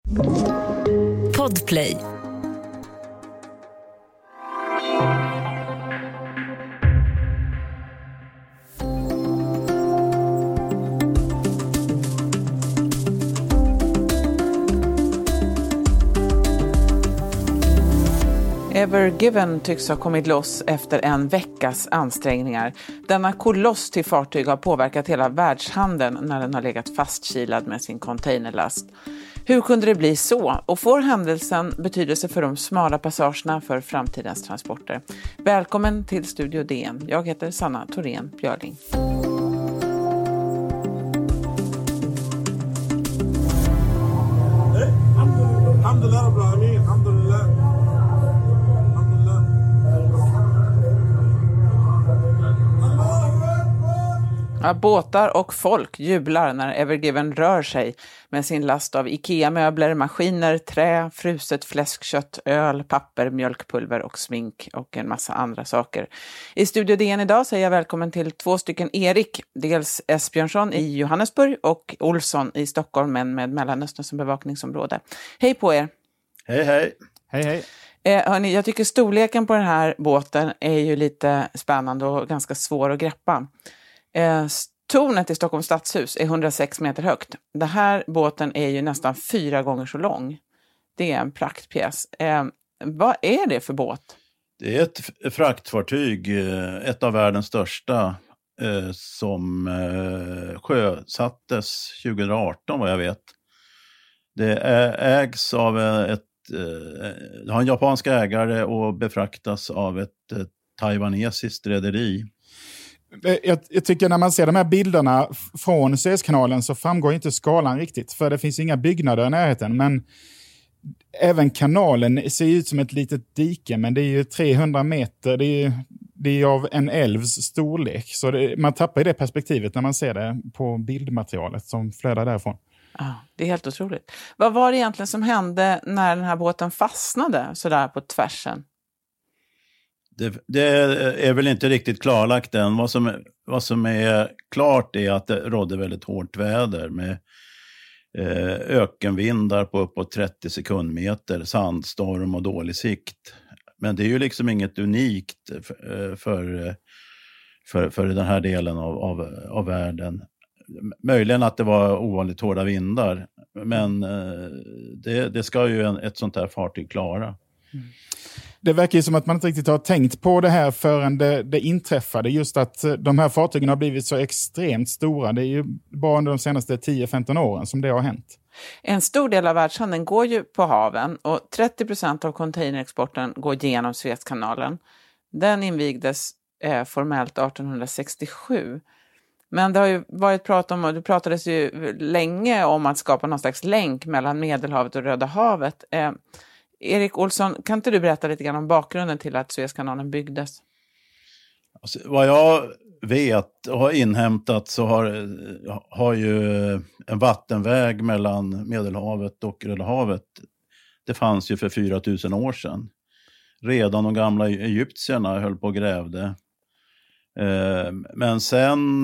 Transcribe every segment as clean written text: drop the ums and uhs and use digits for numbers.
Podplay. Ever Given tycks ha kommit loss efter en veckas ansträngningar. Denna koloss till fartyg har påverkat hela världshandeln när den har legat fastkilad med sin containerlast. Hur kunde det bli så? Och får händelsen betydelse för de smala passagerna för framtidens transporter? Välkommen till Studio DN. Jag heter Sanna Thorén Björling. Ja, båtar och folk jublar när Ever Given rör sig med sin last av IKEA-möbler, maskiner, trä, fruset fläskkött, öl, papper, mjölkpulver och smink och en massa andra saker. I Studio DN idag säger jag välkommen till 2 stycken Erik, dels Esbjörnsson i Johannesburg och Olsson i Stockholm, men med Mellanöstern som bevakningsområde. Hej på er! Hej hej! Hej hej! Hörni, jag tycker storleken på den här båten är ju lite spännande och ganska svår att greppa. Tornet i Stockholms stadshus är 106 meter högt. Den här båten är ju nästan 4 gånger så lång. Det är en praktpjäs. Vad är det för båt? Det är ett fraktfartyg, ett av världens största, som sjösattes 2018 vad jag vet. Det ägs av har en japansk ägare och befraktas av ett taiwanesiskt rederi. Jag tycker när man ser de här bilderna från Suezkanalen så framgår inte skalan riktigt. För det finns inga byggnader i närheten. Men även kanalen ser ut som ett litet dike. Men det är ju 300 meter. Det är av en älvs storlek. Så man tappar i det perspektivet när man ser det på bildmaterialet som flödar därifrån. Ja, det är helt otroligt. Vad var det egentligen som hände när den här båten fastnade sådär på tvärsen? Det är väl inte riktigt klarlagt än. Vad som är klart är att det rådde väldigt hårt väder med ökenvindar på uppåt 30 sekundmeter, sandstorm och dålig sikt. Men det är ju liksom inget unikt för den här delen av världen. Möjligen att det var ovanligt hårda vindar, men det ska ju ett sånt här fartyg klara. Mm. Det verkar ju som att man inte riktigt har tänkt på det här förrän det inträffade. Just att de här fartygen har blivit så extremt stora. Det är ju bara under de senaste 10-15 åren som det har hänt. En stor del av världshandeln går ju på haven och 30% av containerexporten går genom Suezkanalen. Den invigdes formellt 1867. Men det har ju varit prat om, och det pratades ju länge om att skapa någon slags länk mellan Medelhavet och Röda havet. Erik Olsson, kan inte du berätta lite grann om bakgrunden till att Suezkanalen byggdes? Alltså, vad jag vet och har inhämtat så har ju en vattenväg mellan Medelhavet och Röda havet, det fanns ju för 4000 år sedan. Redan de gamla egyptierna höll på och grävde. Men sen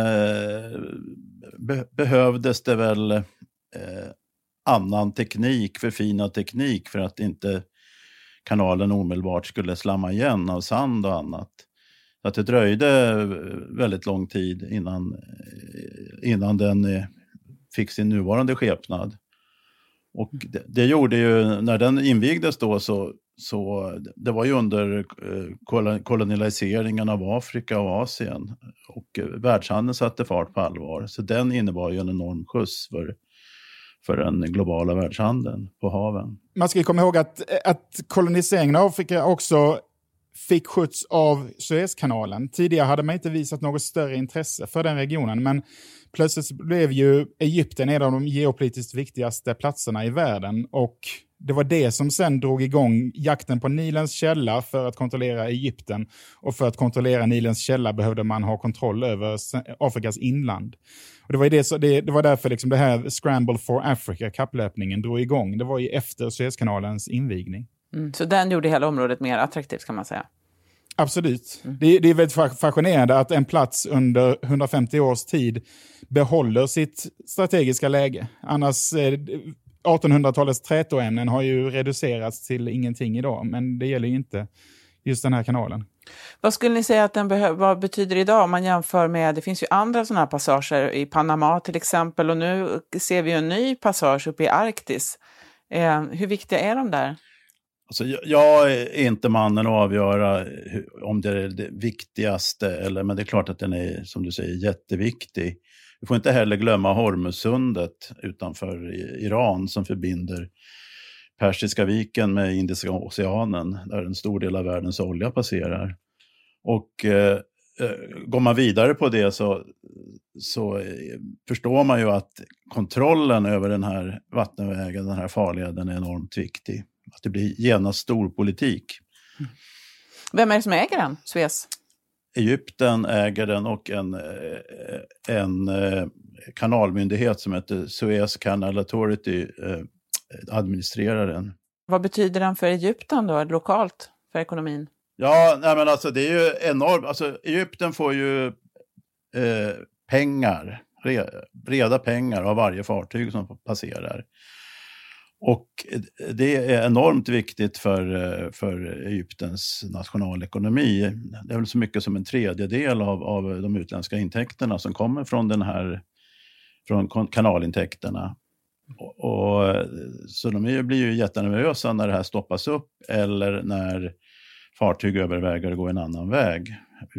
behövdes det väl annan teknik, förfinad teknik för att inte kanalen omedelbart skulle slamma igen av sand och annat. Så att det dröjde väldigt lång tid innan den fick sin nuvarande skepnad. Och det gjorde ju, när den invigdes då så det var ju under kolonialiseringen av Afrika och Asien, och världshandeln satte fart på allvar. Så den innebar ju en enorm skjuts för den globala världshandeln på haven. Man ska komma ihåg att koloniseringen av Afrika också fick skjuts av Suezkanalen. Tidigare hade man inte visat något större intresse för den regionen, men plötsligt blev ju Egypten en av de geopolitiskt viktigaste platserna i världen, och det var det som sen drog igång jakten på Nilens källa för att kontrollera Egypten, och för att kontrollera Nilens källa behövde man ha kontroll över Afrikas inland. Och det var därför liksom det här Scramble for Africa, kapplöpningen, drog igång. Det var ju efter Suezkanalens invigning. Så den gjorde hela området mer attraktivt, kan man säga. Absolut. Det är väldigt fascinerande att en plats under 150 års tid behåller sitt strategiska läge. Annars 1800-talets trätoämnen har ju reducerats till ingenting idag, men det gäller ju inte just den här kanalen. Vad skulle ni säga att den vad betyder idag om man jämför med, det finns ju andra sådana här passager i Panama till exempel, och nu ser vi ju en ny passage uppe i Arktis. Hur viktiga är de där? Alltså, jag är inte mannen att avgöra om det är det viktigaste, men det är klart att den är, som du säger, jätteviktig. Vi får inte heller glömma Hormuzsundet utanför Iran som förbinder Persiska viken med Indiska oceanen, där en stor del av världens olja passerar. Och går man vidare på det så förstår man ju att kontrollen över den här vattenvägen, den här farleden, är enormt viktig. Att det blir genast stor politik. Vem är det som äger den, Suez? Egypten äger den och en kanalmyndighet som heter Suez Canal Authority administrerar den. Vad betyder den för Egypten då, lokalt, för ekonomin? Ja, nej men alltså det är ju enormt. Alltså Egypten får ju pengar, breda pengar av varje fartyg som passerar. Och det är enormt viktigt för Egyptens nationalekonomi. Det är väl så mycket som en tredjedel av de utländska intäkterna som kommer från kanalintäkterna. Så de blir ju jättenervösa när det här stoppas upp eller när fartyg överväger att gå en annan väg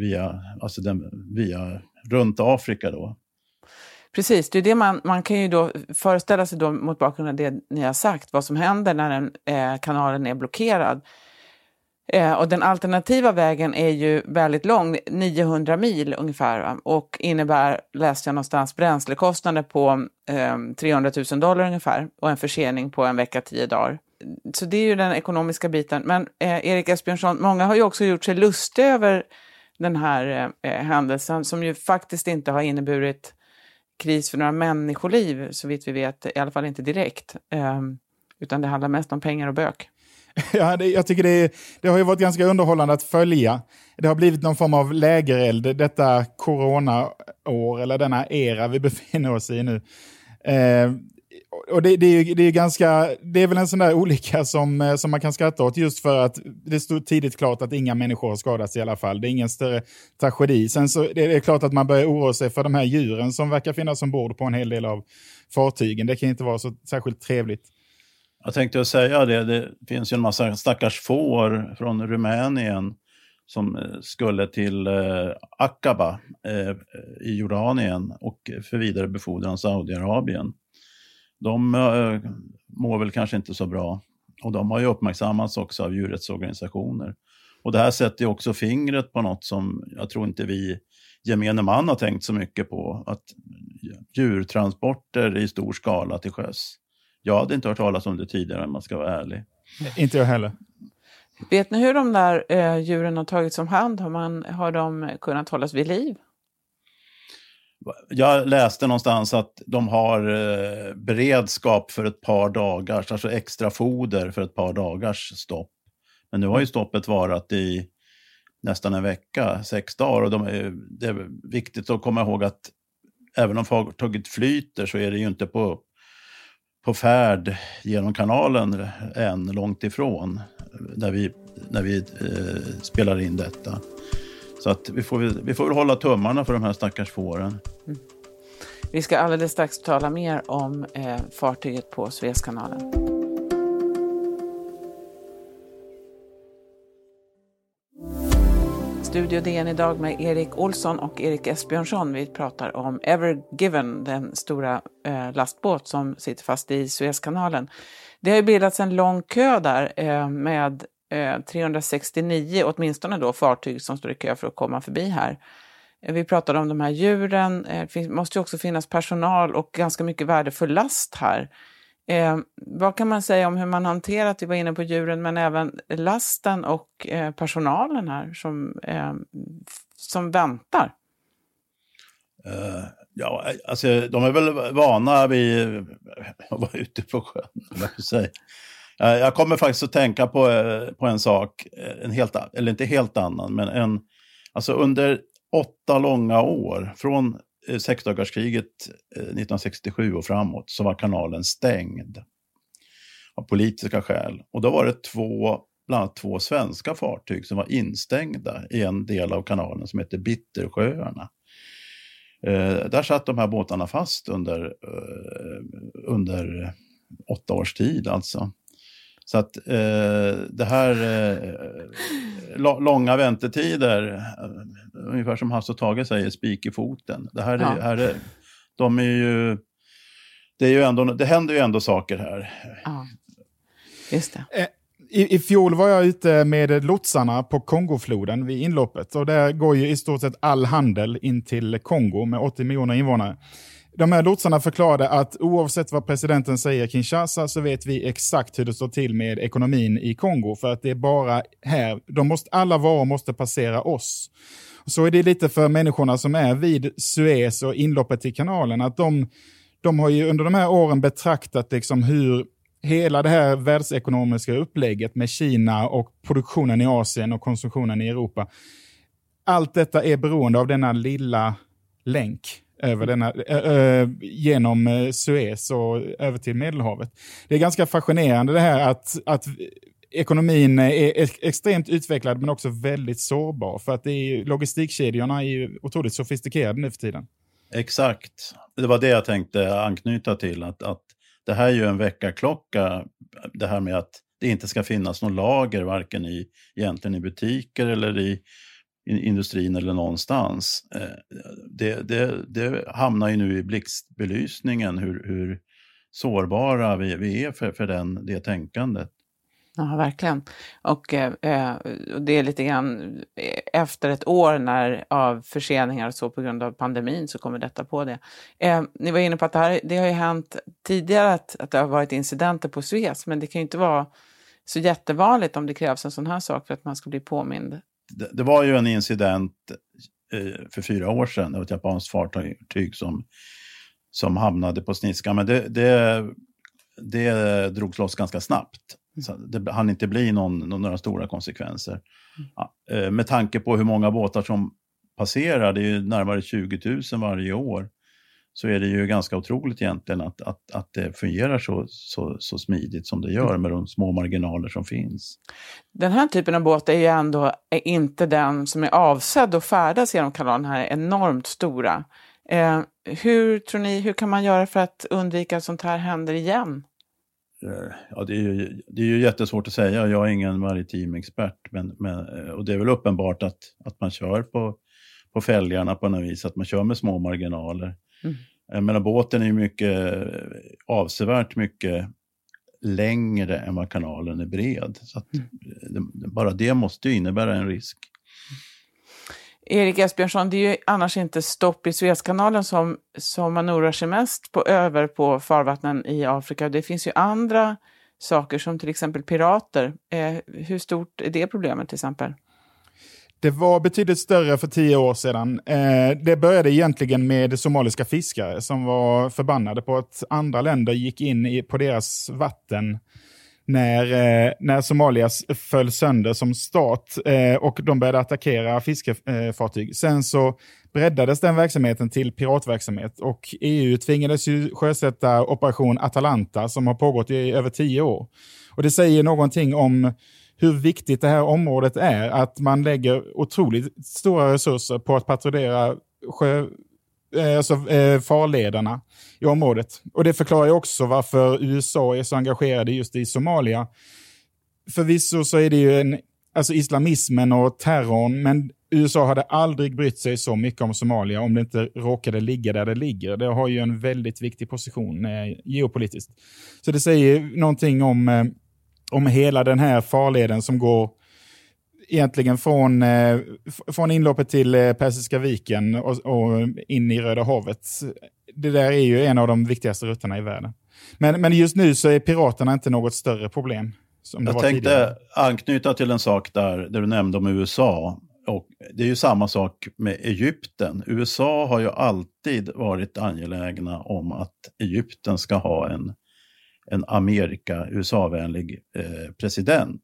via runt Afrika då. Precis, det är det man kan ju då föreställa sig då, mot bakgrund av det ni har sagt, vad som händer när kanalen är blockerad. Och den alternativa vägen är ju väldigt lång, 900 mil ungefär, och innebär, läste jag någonstans, bränslekostnader på $300,000 ungefär och en försening på en vecka, 10 dagar. Så det är ju den ekonomiska biten. Men Erik Esbjörnsson, många har ju också gjort sig lustiga över den här händelsen som ju faktiskt inte har inneburit kris för några människoliv, så vitt vi vet, i alla fall inte direkt. Utan det handlar mest om pengar och bök. Ja, jag tycker det har ju varit ganska underhållande att följa. Det har blivit någon form av lägereld, detta coronaår eller denna era vi befinner oss i nu. Och det är väl en sån där olycka som man kan skratta åt, just för att det stod tidigt klart att inga människor har skadats i alla fall. Det är ingen större tragedi. Sen så det är klart att man börjar oroa sig för de här djuren som verkar finnas ombord på en hel del av fartygen. Det kan inte vara så särskilt trevligt. Jag tänkte säga det finns ju en massa stackars får från Rumänien som skulle till Aqaba i Jordanien och för vidare befordran Saudiarabien. De mår väl kanske inte så bra. Och de har ju uppmärksammats också av djurrättsorganisationer. Och det här sätter ju också fingret på något som jag tror inte vi gemene man har tänkt så mycket på. Att djurtransporter i stor skala till sjöss. Jag hade inte hört talas om det tidigare, om man ska vara ärlig. Inte jag heller. Vet ni hur de där djuren har tagits om hand? Har de kunnat hållas vid liv? Jag läste någonstans att de har beredskap för ett par dagars, alltså extra foder för ett par dagars stopp. Men nu har ju stoppet varit i nästan en vecka, 6 dagar. Och det är viktigt att komma ihåg att även om fartyget flyter så är det ju inte på färd genom kanalen än, långt ifrån när vi spelar in detta. Så att vi får väl hålla tummarna för de här stackars fåren. Mm. Vi ska alldeles strax tala mer om fartyget på Suezkanalen. Studio DN idag med Erik Olsson och Erik Esbjörnsson. Vi pratar om Ever Given, den stora lastbåt som sitter fast i Suezkanalen. Det har ju bildats en lång kö där med 369 åtminstone då fartyg som står i kö för att komma förbi här. Vi pratade om de här djuren. Det måste ju också finnas personal och ganska mycket värdefull last här. Vad kan man säga om hur man hanterat, vi var inne på djuren, men även lasten och personalen här som väntar? Ja, alltså de är väl vana vid att vara ute på sjön. Jag kommer faktiskt att tänka på en sak, eller inte helt annan, men alltså under 8 långa år, från sexdagarskriget 1967 och framåt, så var kanalen stängd. politiska skäl. Och då var det bland annat två svenska fartyg som var instängda i en del av kanalen som heter Bittersjöarna. Där satt de här båtarna fast under 8 års tid alltså. Så att det här långa väntetider, ungefär som Hasse och Tage säger, spik i foten. Det här det händer ju ändå saker här. Ja, just det. I fjol var jag ute med lotsarna på Kongofloden vid inloppet. Och där går ju i stort sett all handel in till Kongo med 80 miljoner invånare. De här lotsarna förklarade att oavsett vad presidenten säger Kinshasa så vet vi exakt hur det står till med ekonomin i Kongo. För att det är bara här. Alla varor måste passera oss. Och så är det lite för människorna som är vid Suez och inloppet till kanalen. Att de har ju under de här åren betraktat liksom hur hela det här världsekonomiska upplägget med Kina och produktionen i Asien och konsumtionen i Europa. Allt detta är beroende av denna lilla länk genom Suez och över till Medelhavet. Det är ganska fascinerande det här att ekonomin är extremt utvecklad men också väldigt sårbar. För att logistikkedjorna är otroligt sofistikerade nu för tiden. Exakt. Det var det jag tänkte anknyta till. Att det här är ju en väckarklocka. Det här med att det inte ska finnas någon lager varken egentligen i butiker eller i industrin eller någonstans. Det hamnar ju nu i blixtbelysningen hur sårbara vi är för det tänkandet. Ja, verkligen. Och det är lite grann efter ett år av förseningar och så på grund av pandemin så kommer detta på det. Ni var inne på att det har ju hänt tidigare att det har varit incidenter på Suez, men det kan ju inte vara så jättevanligt om det krävs en sån här sak för att man ska bli påmind. Det var ju en incident för 4 år sedan. Det var ett japanskt fartyg som hamnade på sniskan. Men det drogs loss ganska snabbt. Så det hann inte bli några stora konsekvenser. Ja, med tanke på hur många båtar som passerar, det är ju närmare 20 000 varje år. Så är det ju ganska otroligt egentligen att det fungerar så smidigt som det gör med de små marginaler som finns. Den här typen av båt är ju ändå inte den som är avsedd att färdas genom kanalen här enormt stora. Hur kan man göra för att undvika att sånt här händer igen? Ja, det är ju jättesvårt att säga. Jag är ingen maritim expert. Och det är väl uppenbart att man kör på fälgarna på något vis. Att man kör med små marginaler. Men båten är ju avsevärt mycket längre än vad kanalen är bred. Så att bara det måste ju innebära en risk. Erik Esbjörnsson, det är ju annars inte stopp i Suezkanalen som man oroar sig mest över på farvattnen i Afrika. Det finns ju andra saker som till exempel pirater. Hur stort är det problemet till exempel? Det var betydligt större för 10 år sedan. Det började egentligen med somaliska fiskare som var förbannade på att andra länder gick in på deras vatten när Somalia föll sönder som stat och de började attackera fiskefartyg. Sen så breddades den verksamheten till piratverksamhet och EU tvingades ju sjösätta operation Atalanta som har pågått i över 10 år. Och det säger någonting om hur viktigt det här området är, att man lägger otroligt stora resurser på att patrullera farlederna i området. Och det förklarar ju också varför USA är så engagerade just i Somalia. Förvisso så är det ju islamismen och terrorn, men USA hade aldrig brytt sig så mycket om Somalia om det inte råkade ligga där det ligger. Det har ju en väldigt viktig position geopolitiskt. Så det säger någonting om hela den här farleden som går egentligen från inloppet till Persiska viken och in i Röda havet. Det där är ju en av de viktigaste rutterna i världen. Men just nu så är piraterna inte något större problem. Jag tänkte anknyta till en sak där du nämnde om USA. Och det är ju samma sak med Egypten. USA har ju alltid varit angelägna om att Egypten ska ha en USA-vänlig president.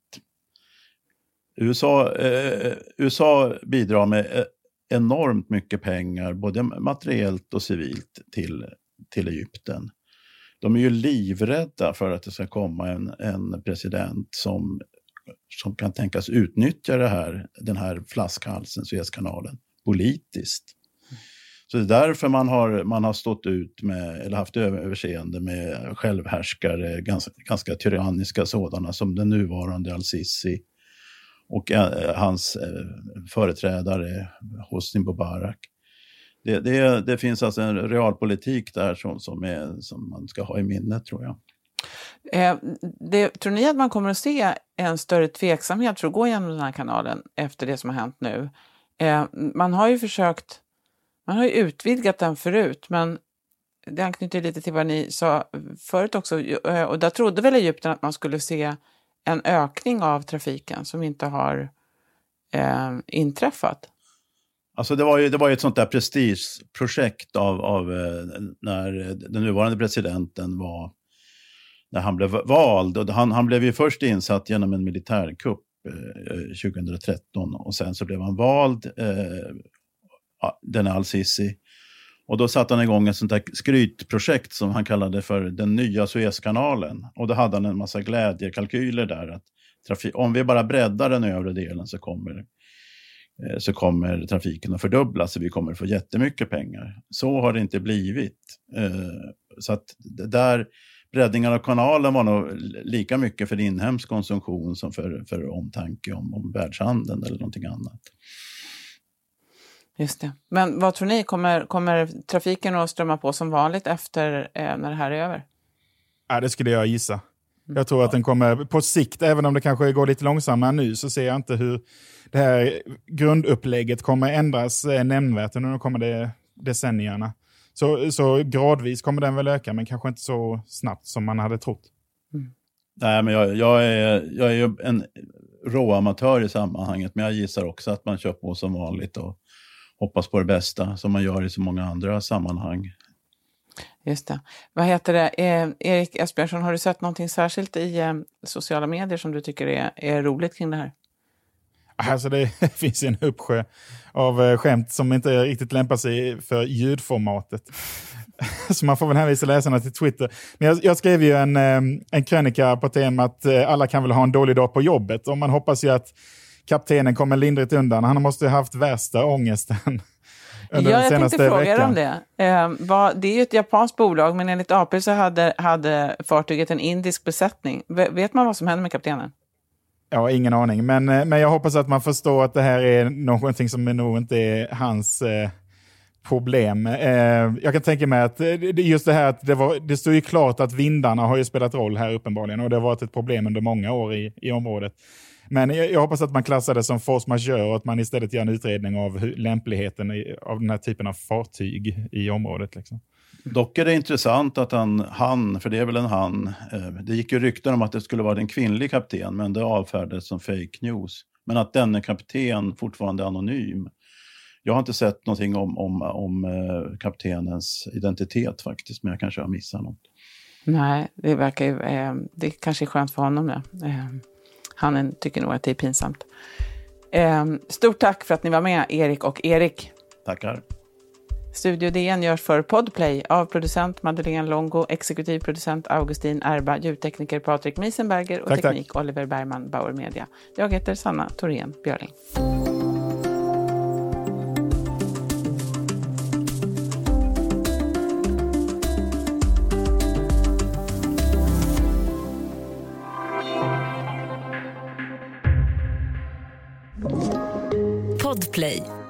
USA bidrar med enormt mycket pengar, både materiellt och civilt, till Egypten. de är ju livrädda för att det ska komma en president som kan tänkas utnyttja den här flaskhalsen, Suezkanalen, politiskt. Så det är därför man har stått ut med, eller haft överseende med självhärskare, ganska tyranniska sådana som den nuvarande Al-Sisi och hans företrädare Hosni Mubarak. Det finns alltså en realpolitik där som man ska ha i minnet, tror jag. Tror ni att man kommer att se en större tveksamhet för att gå igenom den här kanalen efter det som har hänt nu? Man har ju utvidgat den förut, men det anknyter lite till vad ni sa förut också. Och där trodde väl Egypten att man skulle se en ökning av trafiken som inte har inträffat. Alltså det var ju ett sånt där prestigeprojekt av när den nuvarande presidenten när han blev vald. Och han blev ju först insatt genom en militärkupp 2013 och sen så blev han vald, den Al-Sisi. Och då satte han igång ett sånt där skrytprojekt som han kallade för den nya Suezkanalen. Och då hade han en massa glädjekalkyler där att om vi bara breddar den övre delen så kommer trafiken att fördubblas och vi kommer att få jättemycket pengar. Så har det inte blivit. Så att där breddningen av kanalen var nog lika mycket för inhemsk konsumtion som för omtanke om världshandeln eller någonting annat. Just det. Men vad tror ni, kommer trafiken att strömma på som vanligt efter när det här är över? Ja, det skulle jag gissa. Jag tror att den kommer på sikt, även om det kanske går lite långsammare nu, så ser jag inte hur det här grundupplägget kommer ändras nämnvärt under de kommande decennierna. Så gradvis kommer den väl öka, men kanske inte så snabbt som man hade trott. Mm. Nej, men jag är ju en råamatör i sammanhanget, men jag gissar också att man kör på som vanligt och hoppas på det bästa som man gör i så många andra sammanhang. Just det. Vad heter det? Erik Esbjörnsson, har du sett någonting särskilt i sociala medier som du tycker är roligt kring det här? Alltså det finns en uppsjö av skämt som inte riktigt lämpar sig för ljudformatet. Så man får väl hänvisa läsarna till Twitter. Men jag skrev ju en krönika på temat alla kan väl ha en dålig dag på jobbet. Och man hoppas ju att kaptenen kommer lindrigt undan. Han måste ha haft värsta ångesten. Jag tänkte fråga dig om det. Det är ju ett japanskt bolag, men enligt AP så hade fartyget en indisk besättning. Vet man vad som hände med kaptenen? Ja, ingen aning. Men jag hoppas att man förstår att det här är någonting som nog inte är hans problem. Jag kan tänka mig att just det här att det står ju klart att vindarna har ju spelat roll här uppenbarligen. Och det har varit ett problem under många år i området. Men jag hoppas att man klassar det som force majeure och att man istället gör en utredning av lämpligheten av den här typen av fartyg i området. Liksom. Dock är det intressant att han, för det är väl en han, det gick ju rykten om att det skulle vara en kvinnlig kapten, men det avfärdades som fake news. Men att denne kapten fortfarande är anonym. Jag har inte sett någonting om kaptenens identitet faktiskt, men jag kanske har missat något. Nej, det verkar ju, det kanske är skönt för honom det. Han tycker nog att det är pinsamt. Stort tack för att ni var med, Erik och Erik. Tackar. Studio DN görs för Podplay av producent Madeleine Longo, exekutiv producent Augustin Erba, ljudtekniker Patrik Miesenberger och teknik Oliver Bergman, Bauer Media. Jag heter Sanna Thorén Björling. Podplay.